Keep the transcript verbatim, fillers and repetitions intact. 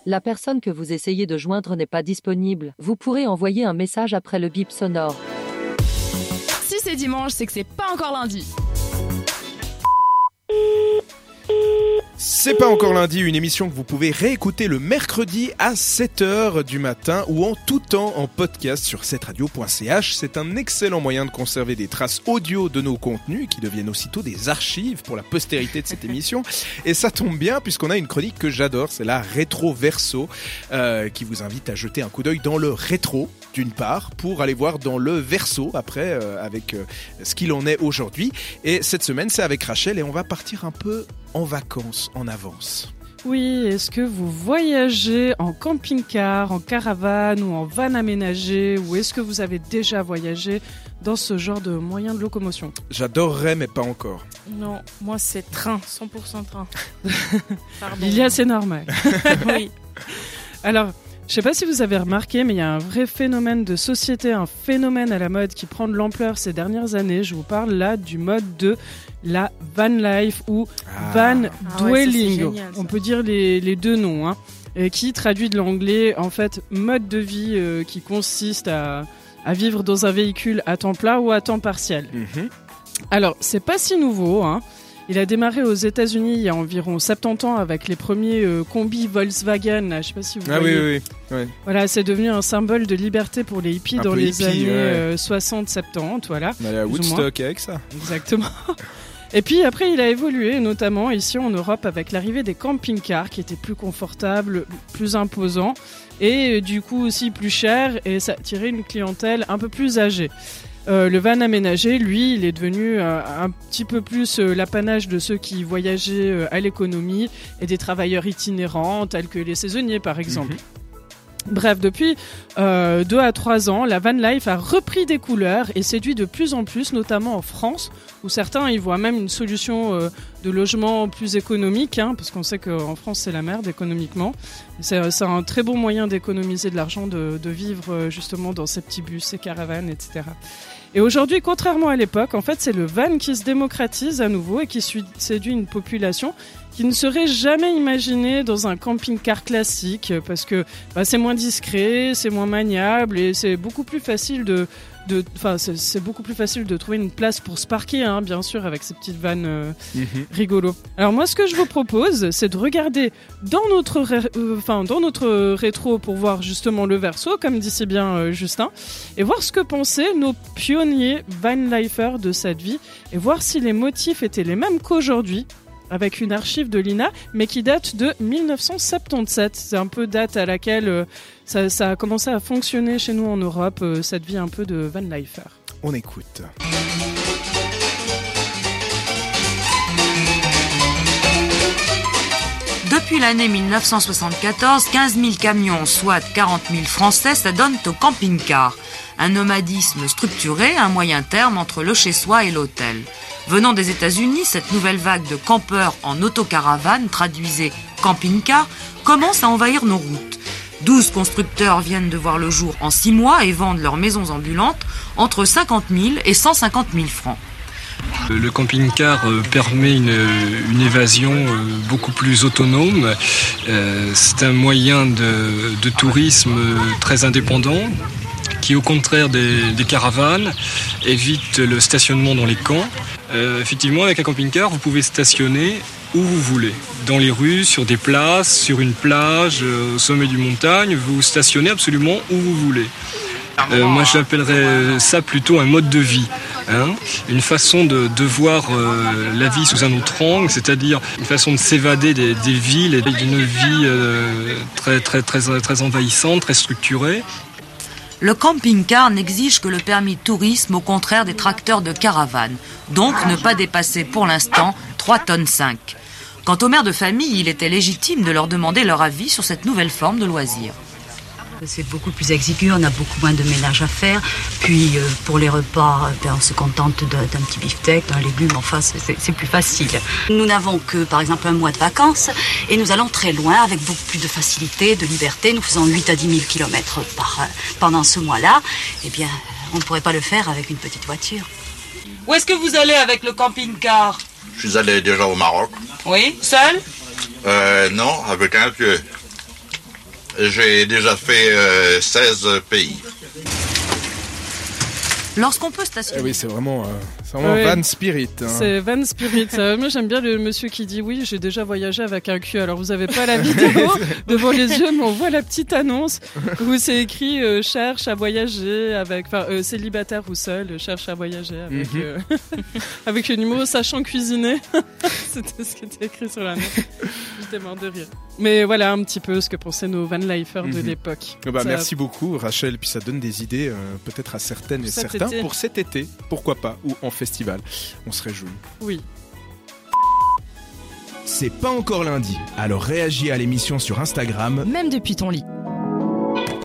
La personne que vous essayez de joindre n'est pas disponible. Vous pourrez envoyer un message après le bip sonore. Si c'est dimanche, c'est que c'est pas encore lundi. C'est pas encore lundi, une émission que vous pouvez réécouter le mercredi à sept heures du matin ou en tout temps en podcast sur sept radio point c h. C'est un excellent moyen de conserver des traces audio de nos contenus qui deviennent aussitôt des archives pour la postérité de cette émission. Et ça tombe bien puisqu'on a une chronique que j'adore, c'est la Rétro Verso, euh, qui vous invite à jeter un coup d'œil dans le rétro d'une part, pour aller voir dans le verso après euh, avec euh, ce qu'il en est aujourd'hui. Et cette semaine, c'est avec Rachel et on va partir un peu en vacances en avance. Oui, est-ce que vous voyagez en camping-car, en caravane ou en van aménagé, ou est-ce que vous avez déjà voyagé dans ce genre de moyen de locomotion ? J'adorerais, mais pas encore. Non, moi c'est train, cent pour cent train. Pardon. Lilia, c'est normal. Oui. Alors, je ne sais pas si vous avez remarqué, mais il y a un vrai phénomène de société, un phénomène à la mode qui prend de l'ampleur ces dernières années. Je vous parle là du mode de la van life ou ah. van ah dwelling. Ouais, génial, on peut dire les, les deux noms, hein, et qui traduit de l'anglais en fait mode de vie euh, qui consiste à, à vivre dans un véhicule à temps plein ou à temps partiel. Mm-hmm. Alors, c'est pas si nouveau, hein. Il a démarré aux États-Unis il y a environ soixante-dix ans avec les premiers euh, combis Volkswagen. Là, je sais pas si vous ah voyez. Ah oui, oui, oui. Voilà, c'est devenu un symbole de liberté pour les hippies un dans les hippie, années ouais. euh, soixante soixante-dix. Voilà. On allait à Woodstock avec ça. Exactement. Et puis après, il a évolué, notamment ici en Europe, avec l'arrivée des camping-cars qui étaient plus confortables, plus imposants et euh, du coup aussi plus chers, et ça attirait une clientèle un peu plus âgée. Euh, le van aménagé, lui, il est devenu euh, un petit peu plus euh, l'apanage de ceux qui voyageaient euh, à l'économie et des travailleurs itinérants, tels que les saisonniers, par exemple. Mm-hmm. Bref, depuis euh, deux à trois ans, la van life a repris des couleurs et séduit de plus en plus, notamment en France, où certains y voient même une solution euh, de logement plus économique, hein, parce qu'on sait qu'en France, c'est la merde économiquement. C'est, c'est un très bon moyen d'économiser de l'argent, de, de vivre justement dans ces petits bus, ces caravanes, et cetera. Et aujourd'hui, contrairement à l'époque, en fait, c'est le van qui se démocratise à nouveau et qui séduit une population qui ne serait jamais imaginée dans un camping-car classique, parce que bah, c'est moins discret, c'est moins maniable et c'est beaucoup plus facile de, de, enfin, c'est, c'est beaucoup plus facile de trouver une place pour se parquer, hein, bien sûr, avec ces petites vannes euh, mm-hmm. rigolos. Alors moi, ce que je vous propose, c'est de regarder dans notre, ré, euh, enfin, dans notre rétro pour voir justement le verso, comme dit si bien euh, Justin, et voir ce que pensaient nos pionniers van-lifers de cette vie, et voir si les motifs étaient les mêmes qu'aujourd'hui, avec une archive de l'I N A, mais qui date de dix-neuf cent soixante-dix-sept. C'est un peu date à laquelle euh, ça, ça a commencé à fonctionner chez nous en Europe, euh, cette vie un peu de van lifer. On écoute. Depuis l'année dix-neuf cent soixante-quatorze, quinze mille camions, soit quarante mille Français, s'adonnent au camping-car. Un nomadisme structuré, un moyen terme entre le chez-soi et l'hôtel. Venant des États-Unis, cette nouvelle vague de campeurs en autocaravane, traduisez camping-car, commence à envahir nos routes. douze constructeurs viennent de voir le jour en six mois et vendent leurs maisons ambulantes entre cinquante mille et cent cinquante mille francs. Le camping-car permet une, une évasion beaucoup plus autonome. C'est un moyen de, de tourisme très indépendant qui, au contraire des, des caravanes, évite le stationnement dans les camps. Euh, effectivement, avec un camping-car, vous pouvez stationner où vous voulez. Dans les rues, sur des places, sur une plage, euh, au sommet d'une montagne, vous stationnez absolument où vous voulez. Euh, moi, j'appellerais ça plutôt un mode de vie. Hein, une façon de, de voir euh, la vie sous un autre angle, c'est-à-dire une façon de s'évader des, des villes et d'une vie euh, très, très, très, très envahissante, très structurée. Le camping-car n'exige que le permis de tourisme, au contraire des tracteurs de caravane. Donc ne pas dépasser pour l'instant trois tonnes cinq. Quant aux mères de famille, il était légitime de leur demander leur avis sur cette nouvelle forme de loisir. C'est beaucoup plus exigu, on a beaucoup moins de ménage à faire. Puis euh, pour les repas, ben, on se contente de, d'un petit beefsteak, d'un légume, enfin c'est, c'est, c'est plus facile. Nous n'avons que par exemple un mois de vacances et nous allons très loin avec beaucoup plus de facilité, de liberté. Nous faisons huit à dix mille kilomètres par, euh, pendant ce mois-là. Eh bien, on ne pourrait pas le faire avec une petite voiture. Où est-ce que vous allez avec le camping-car ? Je suis allé déjà au Maroc. Oui, seul ? Euh, non, avec un vieux. J'ai déjà fait euh, seize pays. Lorsqu'on peut stationner... Eh oui, c'est vraiment, euh, c'est vraiment Oui. Van Spirit. Hein. C'est Van Spirit. Euh, moi, j'aime bien le monsieur qui dit oui, j'ai déjà voyagé avec un cul. Alors, vous avez pas la vidéo devant les yeux, mais on voit la petite annonce où c'est écrit euh, cherche à voyager avec, enfin, euh, célibataire ou seul, euh, cherche à voyager avec, Mhm. euh, avec le numéro sachant cuisiner. C'était ce qui était écrit sur l'annonce. J'étais mort de rire. Mais voilà un petit peu ce que pensaient nos van lifers de Mhm. l'époque. Eh ben, Ça- merci beaucoup Rachel, puis ça donne des idées euh, peut-être à certaines et Cet certains été. pour cet été, pourquoi pas, ou en festival. On se réjouit. Oui. C'est pas encore lundi, alors réagis à l'émission sur Instagram, Même depuis ton lit.